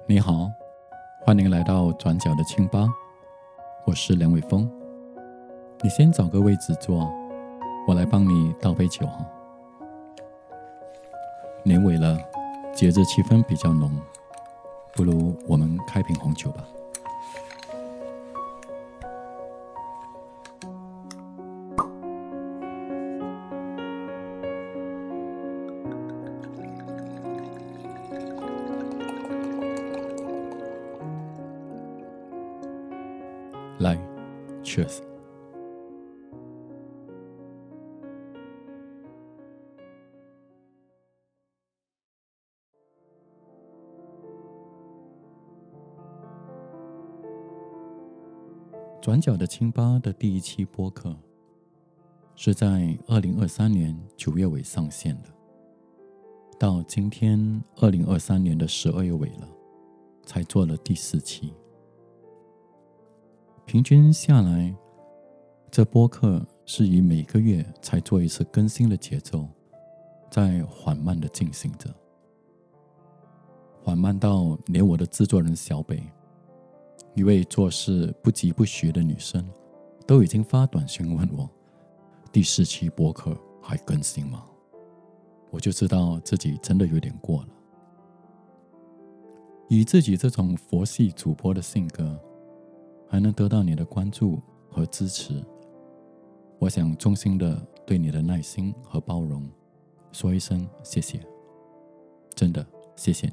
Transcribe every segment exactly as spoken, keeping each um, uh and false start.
你好，欢迎来到转角的清吧，我是梁伟峰。你先找个位置坐，我来帮你倒杯酒哈。年尾了，节日气氛比较浓，不如我们开瓶红酒吧。来 ，Cheers！ 转角的清吧的第一期播客是在二零二三年九月尾上线的，到今天二零二三年的十二月尾了，才做了第四期。平均下来，这播客是以每个月才做一次更新的节奏，在缓慢地进行着，缓慢到连我的制作人小北，一位做事不疾不徐的女生，都已经发短信问我，第四期播客还更新吗？我就知道自己真的有点过了。以自己这种佛系主播的性格，还能得到你的关注和支持，我想衷心的对你的耐心和包容说一声谢谢，真的谢谢你。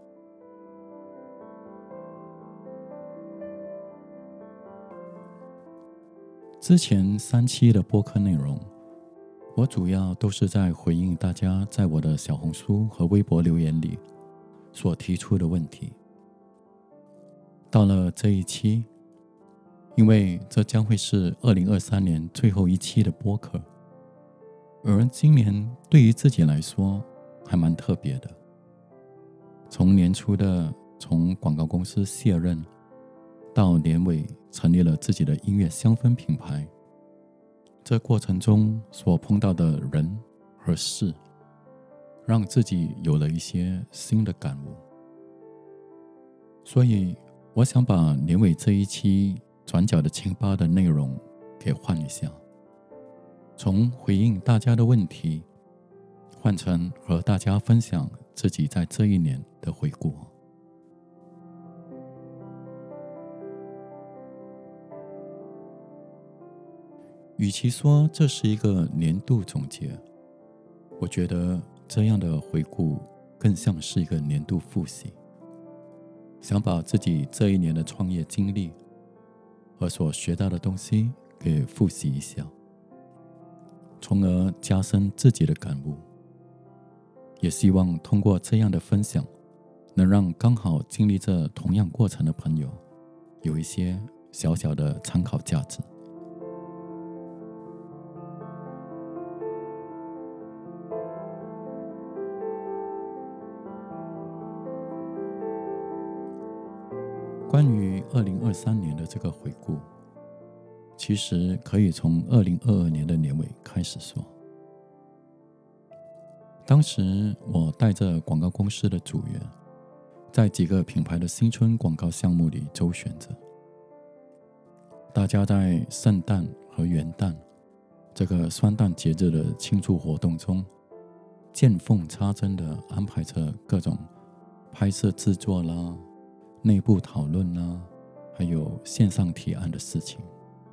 之前三期的播客内容，我主要都是在回应大家在我的小红书和微博留言里所提出的问题。到了这一期，因为这将会是二零二三年最后一期的播客，而今年对于自己来说还蛮特别的。从年初的从广告公司卸任，到年尾成立了自己的音乐香氛品牌，这过程中所碰到的人和事，让自己有了一些新的感悟。所以我想把年尾这一期转角的清吧的内容给换一下，从回应大家的问题换成和大家分享自己在这一年的回顾。与其说这是一个年度总结，我觉得这样的回顾更像是一个年度复习，想把自己这一年的创业经历和所学到的东西给复习一下，从而加深自己的感悟。也希望通过这样的分享，能让刚好经历这同样过程的朋友有一些小小的参考价值。关于二零二三年的这个回顾，其实可以从二零二二年的年尾开始说。当时我带着广告公司的组员，在几个品牌的新春广告项目里周旋着。大家在圣诞和元旦这个双旦节日的庆祝活动中，见缝插针地安排着各种拍摄制作啦、内部讨论啦，还有线上提案的事情。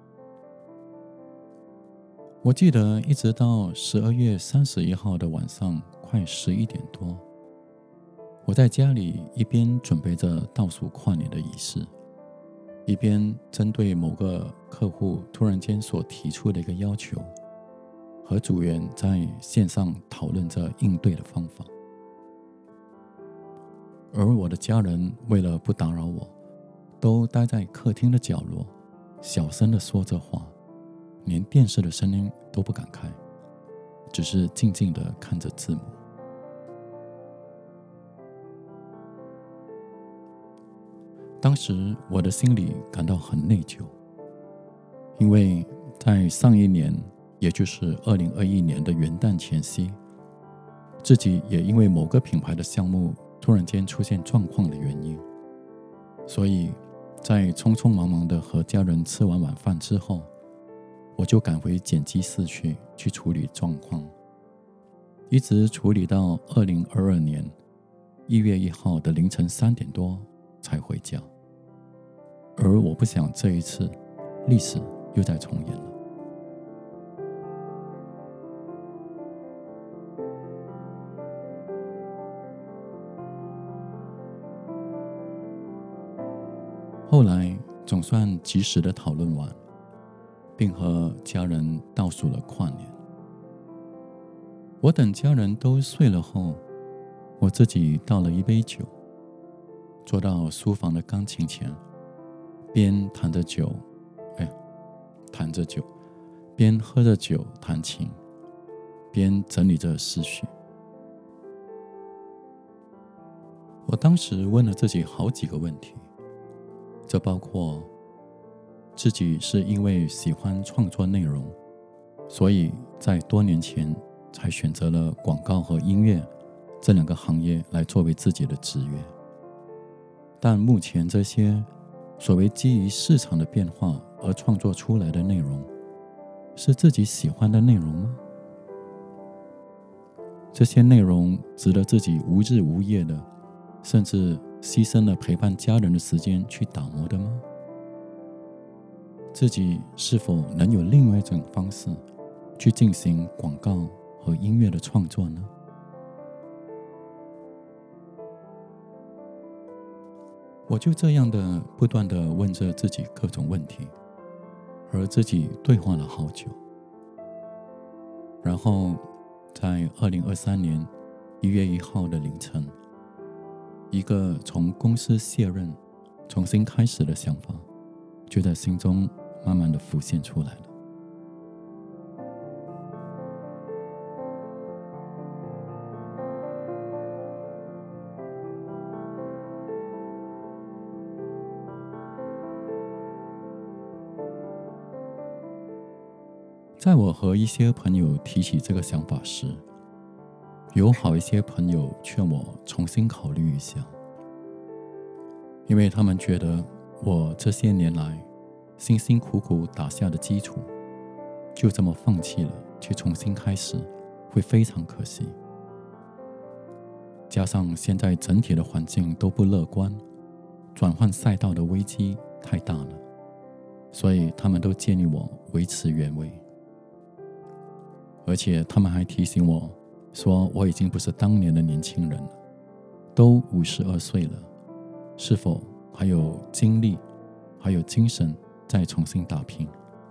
我记得一直到十二月三十一号的晚上快十一点多，我在家里一边准备着倒数跨年的仪式，一边针对某个客户突然间所提出的一个要求，和组员在线上讨论着应对的方法。而我的家人为了不打扰我，都待在客厅的角落，小声地说着话，连电视的声音都不敢开，只是静静地看着字幕。当时我的心里感到很内疚，因为在上一年，也就是二零二一年的元旦前夕，自己也因为某个品牌的项目突然间出现状况的原因， 所以在匆匆忙忙的和家人吃完晚饭之后，我就赶回剪辑室去去处理状况，一直处理到二零二二年一月一号的凌晨三点多才回家。而我不想这一次历史又再重演了。后来总算及时的讨论完，并和家人倒数了跨年。我等家人都睡了后，我自己倒了一杯酒，坐到书房的钢琴前，边弹着酒，哎，弹着酒，边喝着酒弹琴，边整理着思绪。我当时问了自己好几个问题，这包括自己是因为喜欢创作内容，所以在多年前才选择了广告和音乐这两个行业来作为自己的职业。但目前这些所谓基于市场的变化而创作出来的内容，是自己喜欢的内容吗？这些内容值得自己无日无夜的，甚至牺牲了陪伴家人的时间去打磨的吗？自己是否能有另外一种方式去进行广告和音乐的创作呢？我就这样的不断的问着自己各种问题，和自己对话了好久。然后在二零二三年一月一号的凌晨，一个从公司卸任重新开始的想法就在心中慢慢的浮现出来了。在我和一些朋友提起这个想法时，有好一些朋友劝我重新考虑一下，因为他们觉得我这些年来辛辛苦苦打下的基础，就这么放弃了去重新开始，会非常可惜。加上现在整体的环境都不乐观，转换赛道的危机太大了，所以他们都建议我维持原位。而且他们还提醒我说，我已经不是当年的年轻人了，都五十二岁了，是否还有精力还有精神再重新打拼？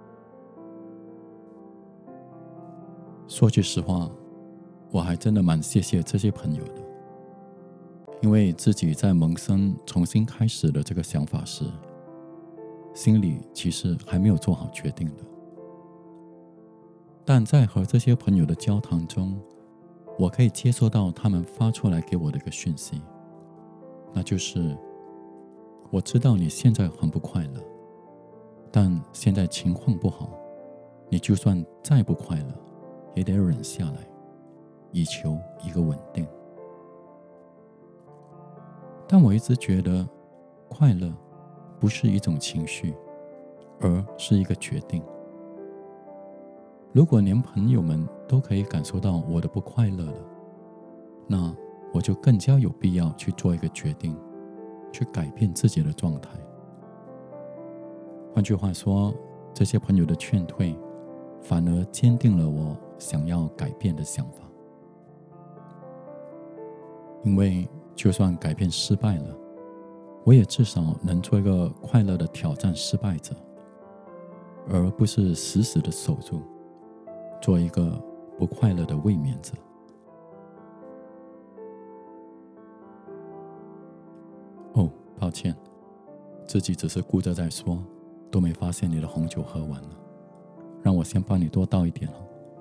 说句实话，我还真的蛮谢谢这些朋友的，因为自己在萌生重新开始的这个想法时，心里其实还没有做好决定的。但在和这些朋友的交谈中，我可以接收到他们发出来给我的一个讯息，那就是我知道你现在很不快乐，但现在情况不好，你就算再不快乐也得忍下来，以求一个稳定。但我一直觉得快乐不是一种情绪，而是一个决定。如果连朋友们都可以感受到我的不快乐了，那我就更加有必要去做一个决定，去改变自己的状态。换句话说，这些朋友的劝退反而坚定了我想要改变的想法。因为就算改变失败了，我也至少能做一个快乐的挑战失败者，而不是死死的守住，做一个不快乐的卫冕者。哦，抱歉，自己只是顾着在说，都没发现你的红酒喝完了，让我先帮你多倒一点了。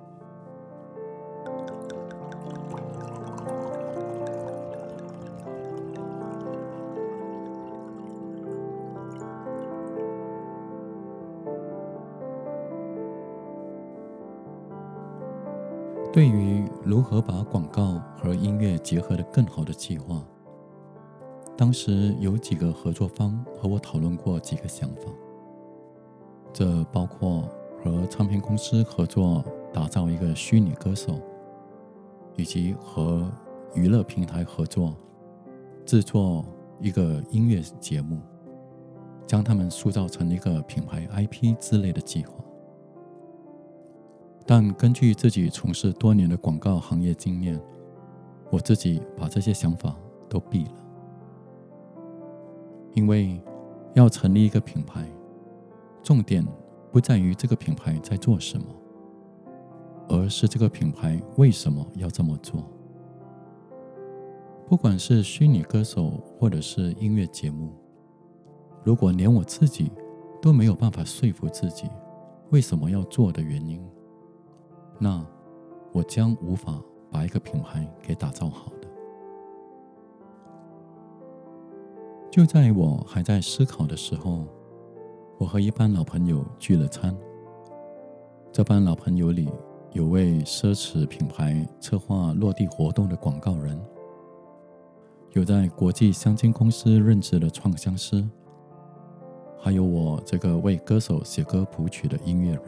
对于如何把广告和音乐结合得更好的计划， 当时有几个合作方和我讨论过几个想法，这包括和唱片公司合作打造一个虚拟歌手，以及和娱乐平台合作制作一个音乐节目，将他们塑造成一个品牌 I P 之类的计划。但根据自己从事多年的广告行业经验，我自己把这些想法都毙了。因为要成立一个品牌，重点不在于这个品牌在做什么，而是这个品牌为什么要这么做。不管是虚拟歌手或者是音乐节目，如果连我自己都没有办法说服自己为什么要做的原因，那我将无法把一个品牌给打造好的。就在我还在思考的时候，我和一班老朋友聚了餐。这班老朋友里有位奢侈品牌策划落地活动的广告人，有在国际香精公司任职的创香师，还有我这个为歌手写歌谱曲的音乐人。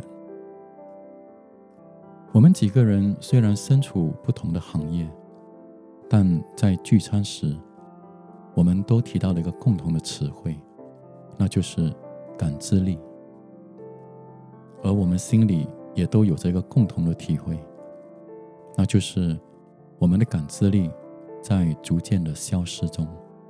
我们几个人虽然身处不同的行业，但在聚餐时，我们都提到了一个共同的词汇，那就是感知力。而我们心里也都有着一个共同的体会，那就是我们的感知力在逐渐的消失中。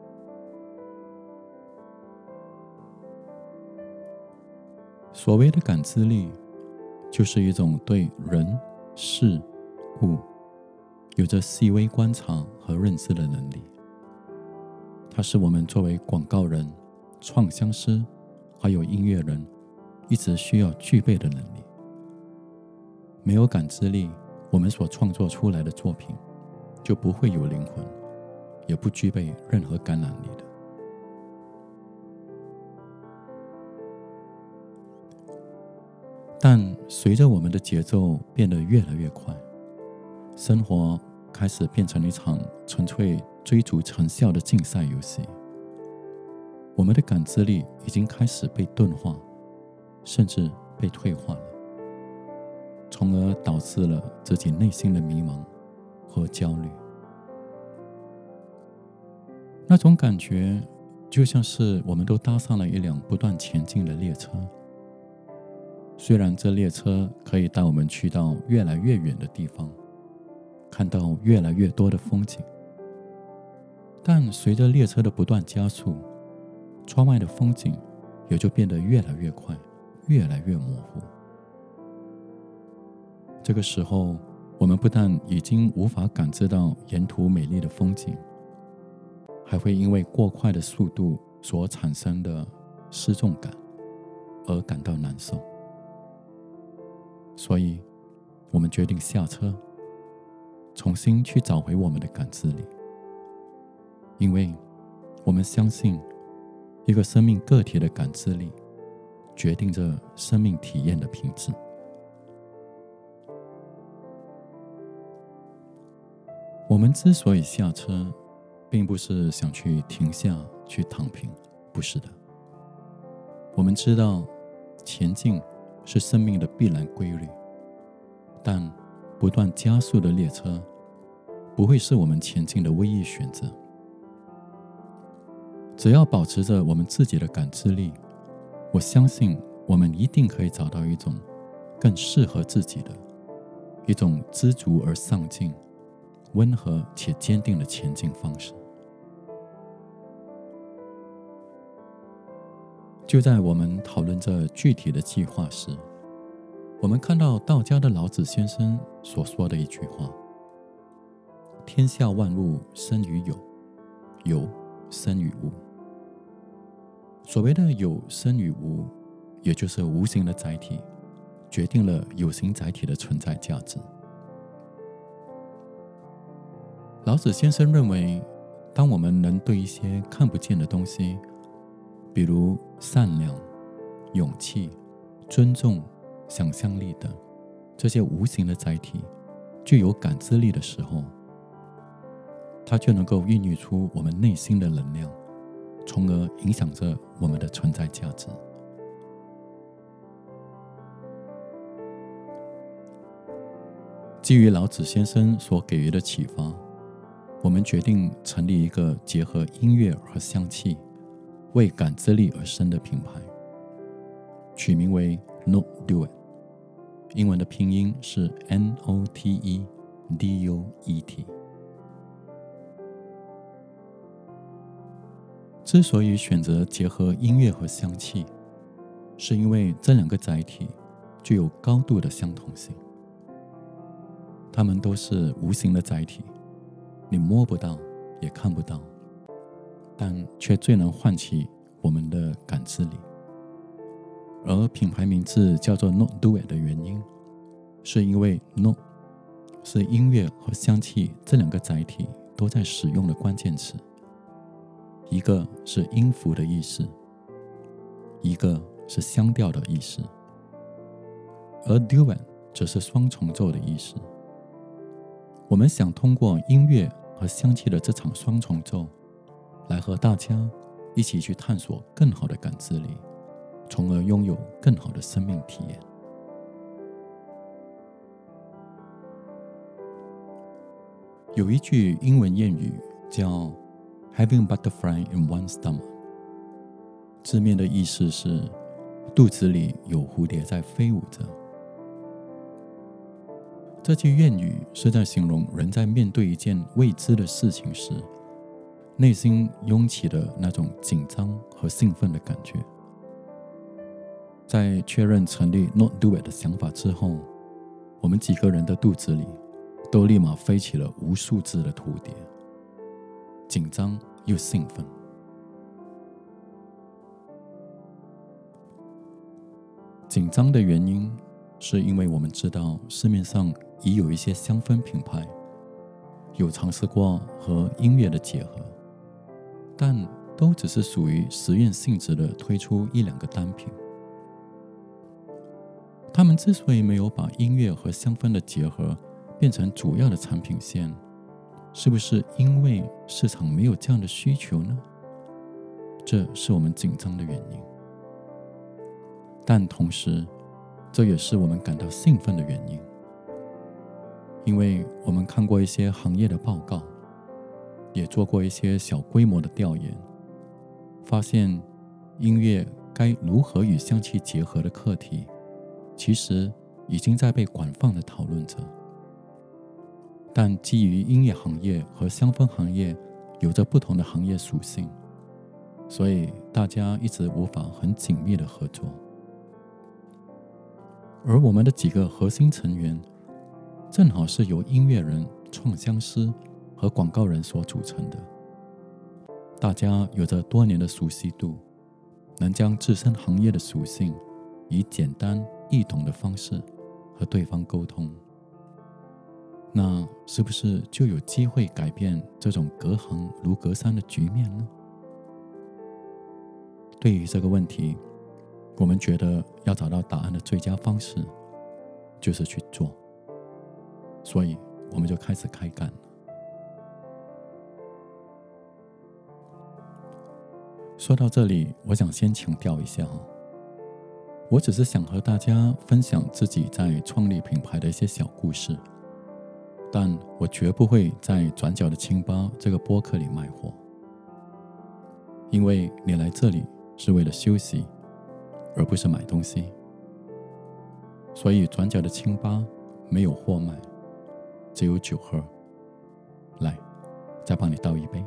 所谓的感知力，就是一种对人、事、物有着细微观察和认知的能力。它是我们作为广告人、创香师还有音乐人一直需要具备的能力。没有感知力，我们所创作出来的作品就不会有灵魂，也不具备任何感染力的。但随着我们的节奏变得越来越快，生活开始变成一场纯粹追逐成效的竞赛游戏，我们的感知力已经开始被钝化，甚至被退化了，从而导致了自己内心的迷茫和焦虑。那种感觉就像是我们都搭上了一辆不断前进的列车，虽然这列车可以带我们去到越来越远的地方，看到越来越多的风景，但随着列车的不断加速，窗外的风景也就变得越来越快，越来越模糊。这个时候，我们不但已经无法感知到沿途美丽的风景，还会因为过快的速度所产生的失重感而感到难受。所以，我们决定下车，重新去找回我们的感知力，因为我们相信，一个生命个体的感知力决定着生命体验的品质。我们之所以下车，并不是想去停下去躺平，不是的。我们知道前进是生命的必然规律，但不断加速的列车不会是我们前进的唯一选择。只要保持着我们自己的感知力，我相信我们一定可以找到一种更适合自己的、一种知足而上进、温和且坚定的前进方式。就在我们讨论这具体的计划时，我们看到道家的老子先生所说的一句话：天下万物生于有，有生于无。所谓的有生于无，也就是无形的载体决定了有形载体的存在价值。老子先生认为，当我们能对一些看不见的东西，比如善良、勇气、尊重、想象力等这些无形的载体具有感知力的时候，它就能够孕育出我们内心的能量从而影响着我们的存在价值。基于老子先生所给予的启发，我们决定成立一个结合音乐和香气，为感知力而生的品牌，取名为 Note Duet， 英文的拼音是 N O T E D U E T。 之所以选择结合音乐和香气，是因为这两个载体具有高度的相同性。它们都是无形的载体，你摸不到也看不到，但却最能唤起我们的感知力。而品牌名字叫做 Note Duet 的原因，是因为 Note 是音乐和香气这两个载体都在使用的关键词，一个是音符的意思，一个是香调的意思，而 Duet 则是双重奏的意思。我们想通过音乐和香气的这场双重奏，来和大家一起去探索更好的感知力，从而拥有更好的生命体验。有一句英文谚语叫 Having butterfly in one's stomach， 字面的意思是肚子里有蝴蝶在飞舞着。这句谚语是在形容人在面对一件未知的事情时，内心涌起的那种紧张和兴奋的感觉。在确认成立 Note Duet 的想法之后，我们几个人的肚子里都立马飞起了无数只的蝴蝶，紧张又兴奋。紧张的原因是因为我们知道市面上已有一些香氛品牌有尝试过和音乐的结合，但都只是属于实验性质的推出一两个单品。他们之所以没有把音乐和香氛的结合变成主要的产品线，是不是因为市场没有这样的需求呢？这是我们紧张的原因。但同时，这也是我们感到兴奋的原因，因为我们看过一些行业的报告，也做过一些小规模的调研，发现音乐该如何与香气结合的课题，其实已经在被广泛的讨论着。但基于音乐行业和香氛行业有着不同的行业属性，所以大家一直无法很紧密的合作。而我们的几个核心成员正好是由音乐人、创香师和广告人所组成的，大家有着多年的熟悉度，能将自身行业的属性以简单易懂的方式和对方沟通，那是不是就有机会改变这种隔行如隔山的局面呢？对于这个问题，我们觉得要找到答案的最佳方式就是去做，所以我们就开始开干了。说到这里，我想先强调一下，我只是想和大家分享自己在创立品牌的一些小故事，但我绝不会在转角的清吧这个播客里卖货，因为你来这里是为了休息，而不是买东西，所以转角的清吧没有货卖，只有酒喝。来，再帮你倒一杯。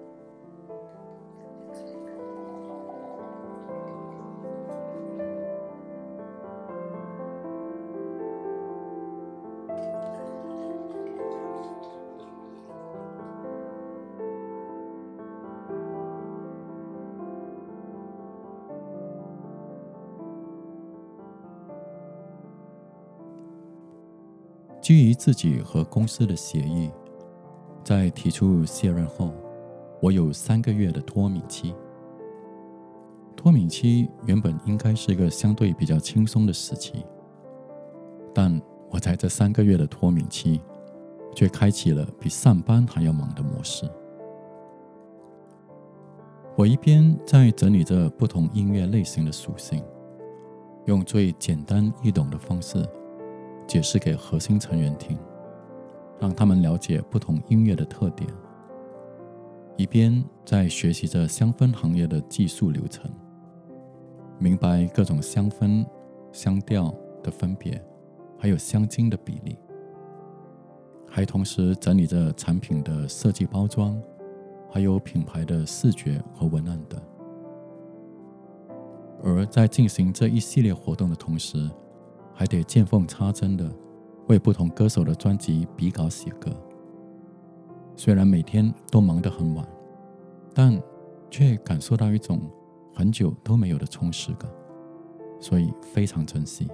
基于自己和公司的协议，在提出卸任后，我有三个月的脱敏期。脱敏期原本应该是一个相对比较轻松的时期，但我在这三个月的脱敏期，却开启了比上班还要忙的模式。 我一边在整理着不同音乐类型的属性，用最简单易懂的方式解释给核心成员听，让他们了解不同音乐的特点，一边在学习着香氛行业的技术流程，明白各种香氛、香调的分别，还有香精的比例，还同时整理着产品的设计包装，还有品牌的视觉和文案等。而在进行这一系列活动的同时，还得见缝插针的为不同歌手的专辑比稿写歌。虽然每天都忙得很晚，但却感受到一种很久都没有的充实感，所以非常珍惜。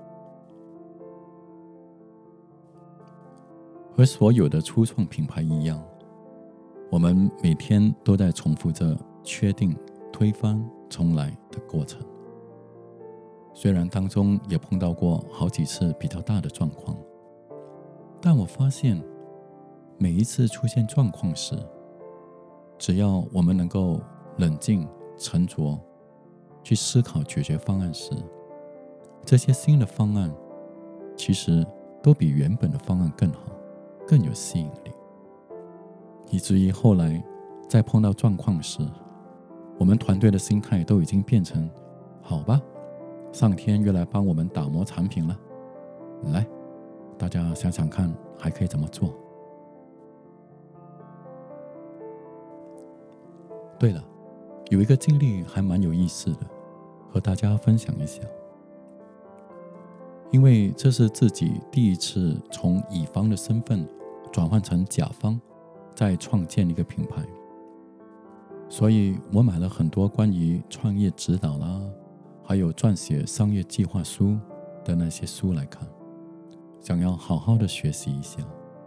和所有的初创品牌一样，我们每天都在重复着确定、推翻、重来的过程。虽然当中也碰到过好几次比较大的状况，但我发现每一次出现状况时，只要我们能够冷静沉着去思考解决方案时，这些新的方案其实都比原本的方案更好，更有吸引力，以至于后来在碰到状况时，我们团队的心态都已经变成好吧，上天又来帮我们打磨产品了，来，大家想想看还可以怎么做。对了，有一个经历还蛮有意思的，和大家分享一下。因为这是自己第一次从乙方的身份转换成甲方，再创建一个品牌，所以我买了很多关于创业指导啦，还有撰写商业计划书的那些书来看，想要好好的学习一下。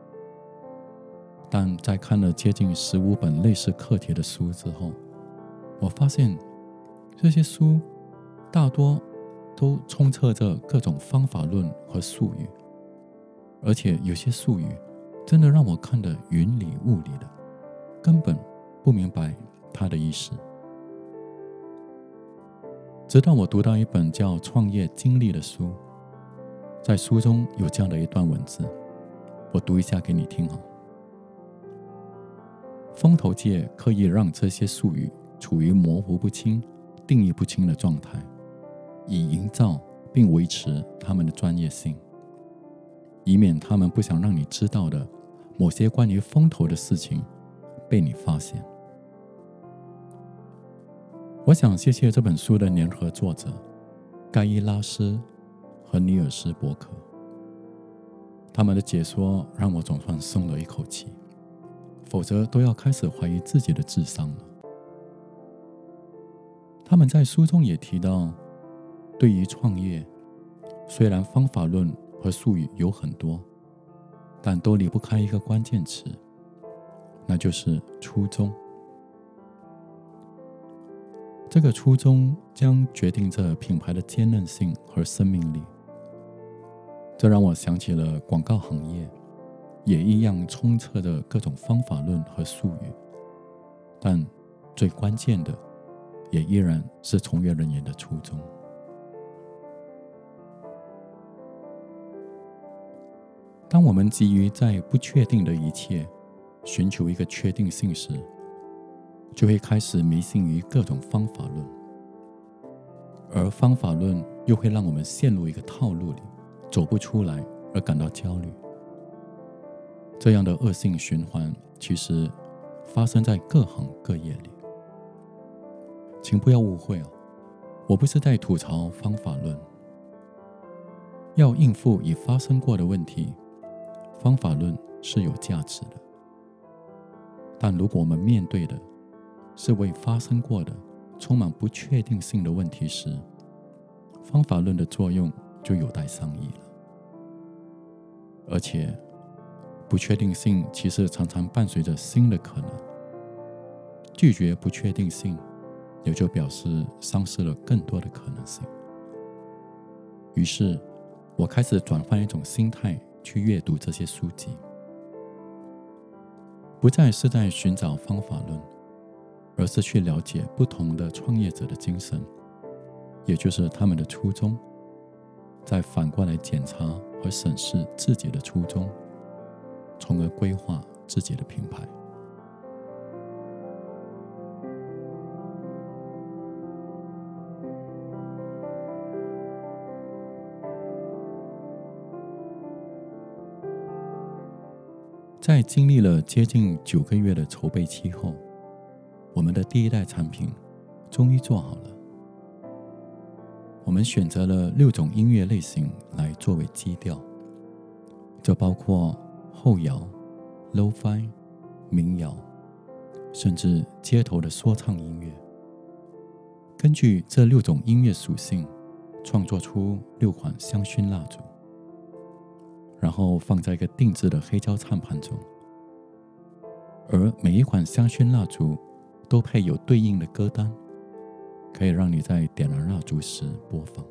但在看了接近十五本类似课题的书之后，我发现这些书大多都充斥着各种方法论和术语，而且有些术语真的让我看得云里雾里的，根本不明白它的意思。直到我读到一本叫《创业经历》的书，在书中有这样的一段文字，我读一下给你听好。风投界刻意让这些术语处于模糊不清、定义不清的状态，以营造并维持他们的专业性，以免他们不想让你知道的某些关于风投的事情被你发现。我想谢谢这本书的联合作者盖伊拉斯和尼尔斯伯克，他们的解说让我总算松了一口气，否则都要开始怀疑自己的智商了。他们在书中也提到，对于创业，虽然方法论和术语有很多，但都离不开一个关键词，那就是初衷。这个初衷将决定着品牌的坚韧性和生命力。这让我想起了广告行业，也一样充斥着各种方法论和术语，但最关键的也依然是从业人员的初衷。当我们急于在不确定的一切寻求一个确定性时，就会开始迷信于各种方法论，而方法论又会让我们陷入一个套路里，走不出来而感到焦虑。这样的恶性循环其实发生在各行各业里。请不要误会哦，我不是在吐槽方法论。要应付已发生过的问题，方法论是有价值的。但如果我们面对的是未发生过的充满不确定性的问题时，方法论的作用就有待商议了。而且不确定性其实常常伴随着新的可能，拒绝不确定性也就表示丧失了更多的可能性。于是我开始转换一种心态去阅读这些书籍，不再是在寻找方法论， 而是去了解不同的创业者的精神，也就是他们的初衷，再反过来检查和审视自己的初衷，从而规划自己的品牌。在经历了接近九个月的筹备期后，我们的第一代产品终于做好了。我们选择了六种音乐类型来作为基调，这包括后摇、Lo-Fi、民谣，甚至街头的说唱音乐。根据这六种音乐属性，创作出六款香薰蜡烛，然后放在一个定制的黑胶唱盘中，而每一款香薰蜡烛都配有对应的歌单，可以让你在点燃蜡烛时播放。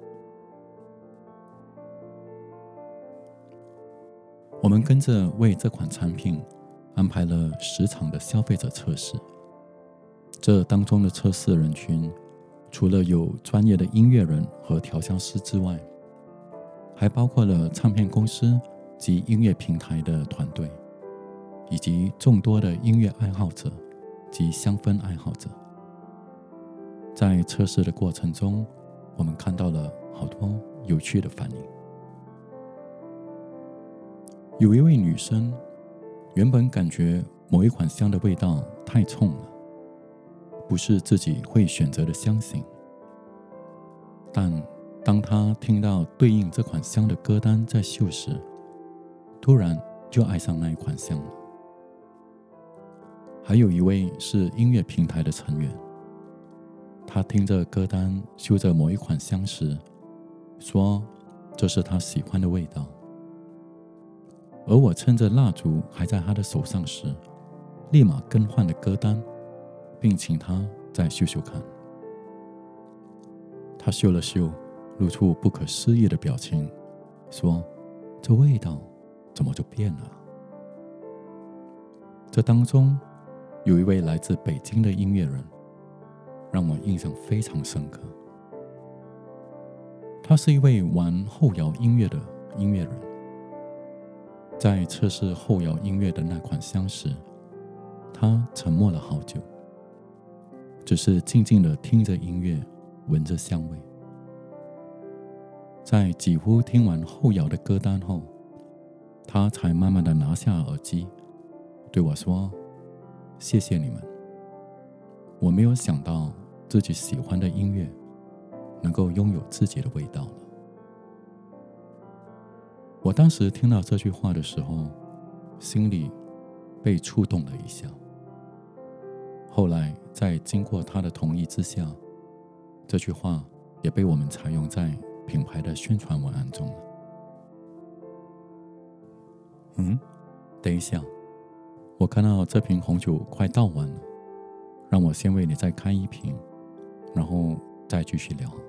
我们跟着为这款产品安排了十场的消费者测试，这当中的测试人群除了有专业的音乐人和调香师之外，还包括了唱片公司及音乐平台的团队，以及众多的音乐爱好者及香氛爱好者。在测试的过程中，我们看到了好多有趣的反应。有一位女生原本感觉某一款香的味道太冲了，不是自己会选择的香型，但当她听到对应这款香的歌单在秀时，突然就爱上那一款香了。还有一位是音乐平台的成员，他听着歌单秀着某一款香时，说这是他喜欢的味道。而我趁着蜡烛还在他的手上时，立马更换了歌单，并请他再秀秀看。他秀了秀，露出不可思议的表情，说这味道怎么就变了？这当中有一位来自北京的音乐人，让我印象非常深刻。他是一位玩后摇音乐的音乐人，在测试后摇音乐的那款香时，他沉默了好久，只是静静地听着音乐，闻着香味。在几乎听完后摇的歌单后，他才慢慢地拿下耳机，对我说：谢谢你们，我没有想到自己喜欢的音乐能够拥有自己的味道了。我当时听到这句话的时候，心里被触动了一下。后来在经过他的同意之下，这句话也被我们采用在品牌的宣传文案中了。嗯，等一下，我看到这瓶红酒快倒完了，让我先为你再开一瓶，然后再继续聊。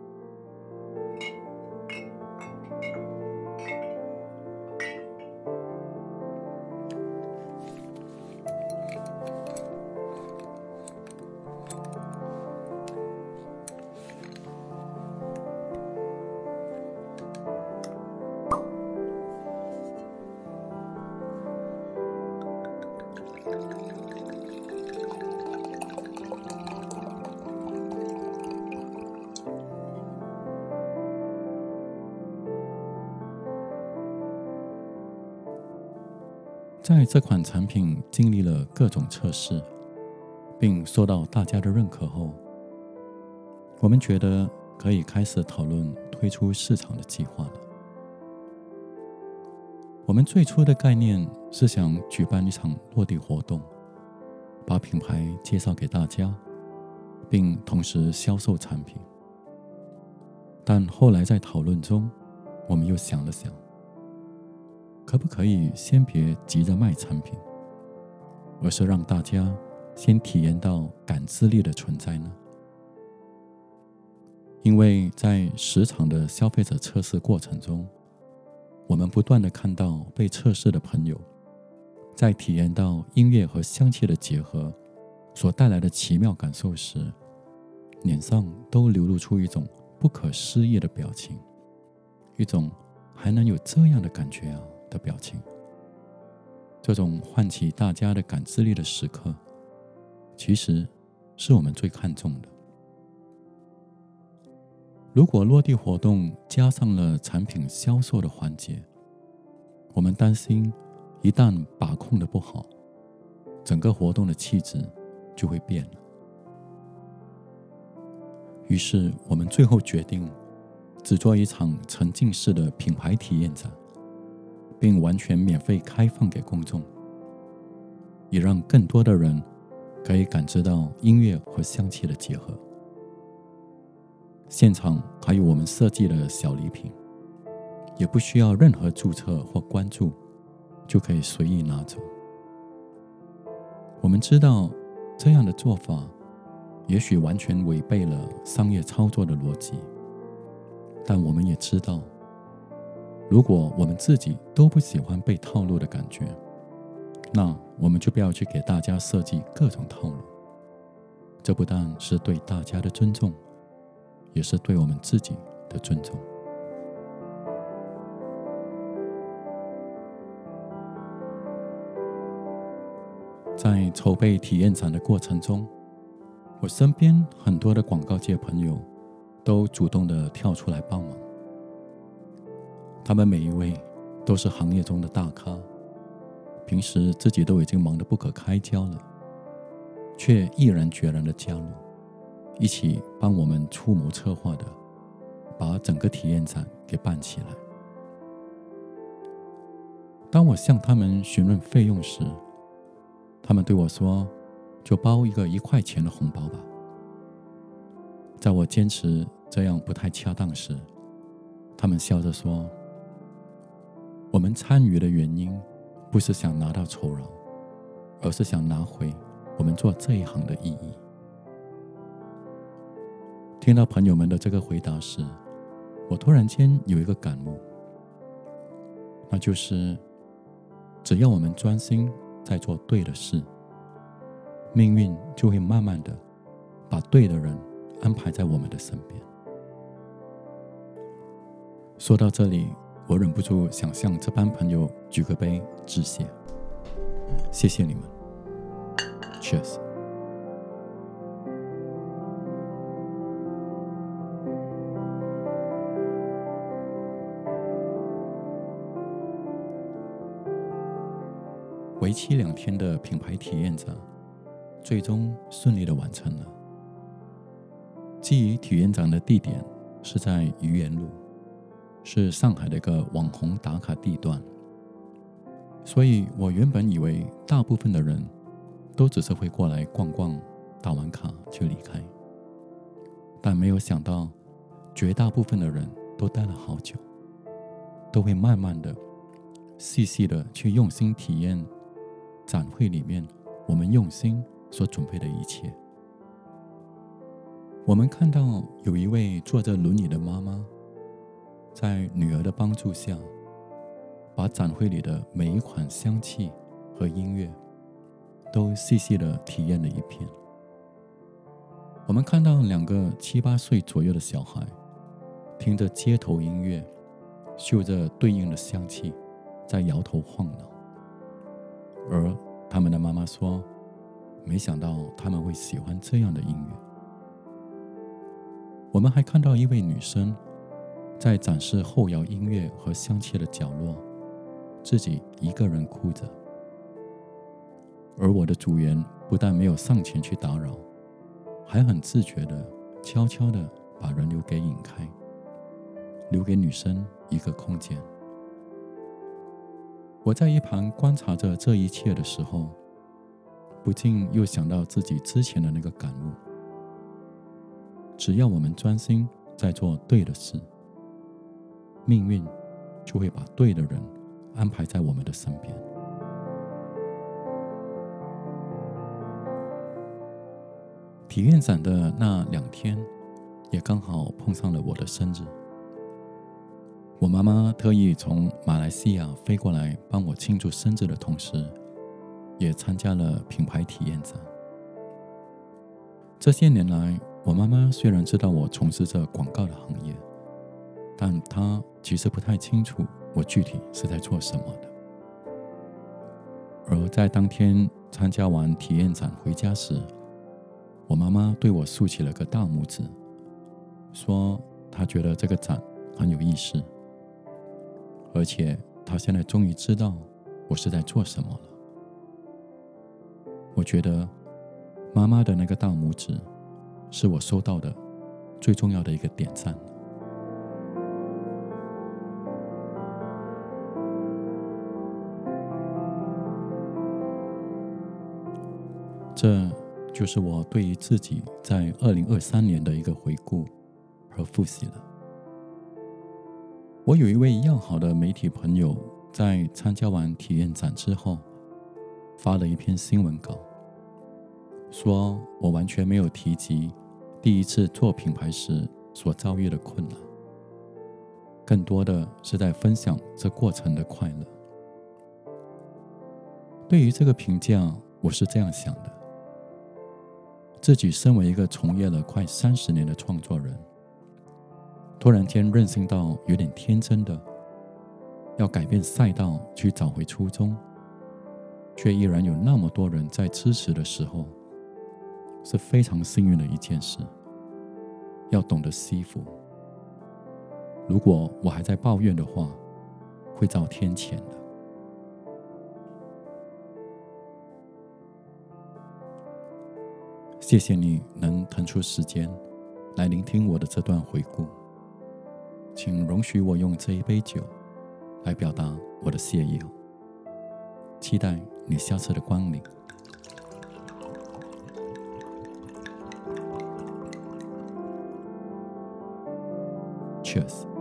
在这款产品经历了各种测试，并受到大家的认可后，我们觉得可以开始讨论推出市场的计划了。我们最初的概念是想举办一场落地活动，把品牌介绍给大家，并同时销售产品。但后来在讨论中，我们又想了想，可不可以先别急着卖产品，而是让大家先体验到感知力的存在呢？因为在十场的消费者测试过程中，我们不断地看到被测试的朋友在体验到音乐和香气的结合， 所带来的奇妙感受时，脸上都流露出一种不可思议的表情，一种还能有这样的感觉啊的表情。这种唤起大家的感知力的时刻，其实是我们最看重的。如果落地活动加上了产品销售的环节，我们担心一旦把控的不好，整个活动的气质就会变了。于是我们最后决定只做一场沉浸式的品牌体验展，并完全免费开放给公众，也让更多的人可以感知到音乐和香气的结合。现场还有我们设计的小礼品，也不需要任何注册或关注，就可以随意拿走。我们知道这样的做法也许完全违背了商业操作的逻辑，但我们也知道，如果我们自己都不喜欢被套路的感觉，那我们就不要去给大家设计各种套路。这不但是对大家的尊重，也是对我们自己的尊重。在筹备体验展的过程中，我身边很多的广告界朋友都主动地跳出来帮忙。他们每一位都是行业中的大咖，平时自己都已经忙得不可开交了，却毅然决然地加入，一起帮我们出谋策划的把整个体验展给办起来。当我向他们询问费用时，他们对我说，就包一个一块钱的红包吧。在我坚持这样不太恰当时，他们笑着说，我们参与的原因不是想拿到酬劳，而是想拿回我们做这一行的意义。听到朋友们的这个回答时，我突然间有一个感悟，那就是只要我们专心在做对的事，命运就会慢慢的把对的人安排在我们的身边。说到这里，我忍不住想向这班朋友举个杯致谢，谢谢你们 Cheers。 为期两天的品牌体验展最终顺利的完成了。基于体验展的地点是在愚园路，是上海的一个网红打卡地段，所以我原本以为大部分的人都只是会过来逛逛，打完卡就离开，但没有想到绝大部分的人都待了好久，都会慢慢的细细的去用心体验展会里面我们用心所准备的一切。我们看到有一位坐着轮椅的妈妈，在女儿的帮助下，把展会里的每一款香气和音乐都细细的体验了一遍。我们看到两个七八岁左右的小孩，听着街头音乐，嗅着对应的香气，在摇头晃脑。而他们的妈妈说，没想到他们会喜欢这样的音乐。我们还看到一位女生在展示后摇音乐和香气的角落，自己一个人哭着。而我的组员不但没有上前去打扰，还很自觉地悄悄地把人流给引开，留给女生一个空间。我在一旁观察着这一切的时候，不禁又想到自己之前的那个感悟，只要我们专心在做对的事，命运就会把对的人安排在我们的身边。体验展的那两天，也刚好碰上了我的生日。我妈妈特意从马来西亚飞过来帮我庆祝生日的同时，也参加了品牌体验展。 这些年来，我妈妈虽然知道我从事着广告的行业，但她其实不太清楚我具体是在做什么的。而在当天参加完体验展回家时，我妈妈对我竖起了个大拇指，说她觉得这个展很有意思，而且她现在终于知道我是在做什么了。我觉得妈妈的那个大拇指是我收到的最重要的一个点赞。这就是我对于自己在二零二三年的一个回顾和复习了。我有一位要好的媒体朋友，在参加完体验展之后，发了一篇新闻稿，说我完全没有提及第一次做品牌时所遭遇的困难，更多的是在分享这过程的快乐。对于这个评价，我是这样想的：自己身为一个从业了快三十年的创作人，突然间任性到有点天真的要改变赛道去找回初衷，却依然有那么多人在支持的时候，是非常幸运的一件事。要懂得惜福。如果我还在抱怨的话，会遭天谴的。谢谢你能腾出时间来聆听我的这段回顾，请容许我用这一杯酒来表达我的谢意，期待你下次的光临。Cheers。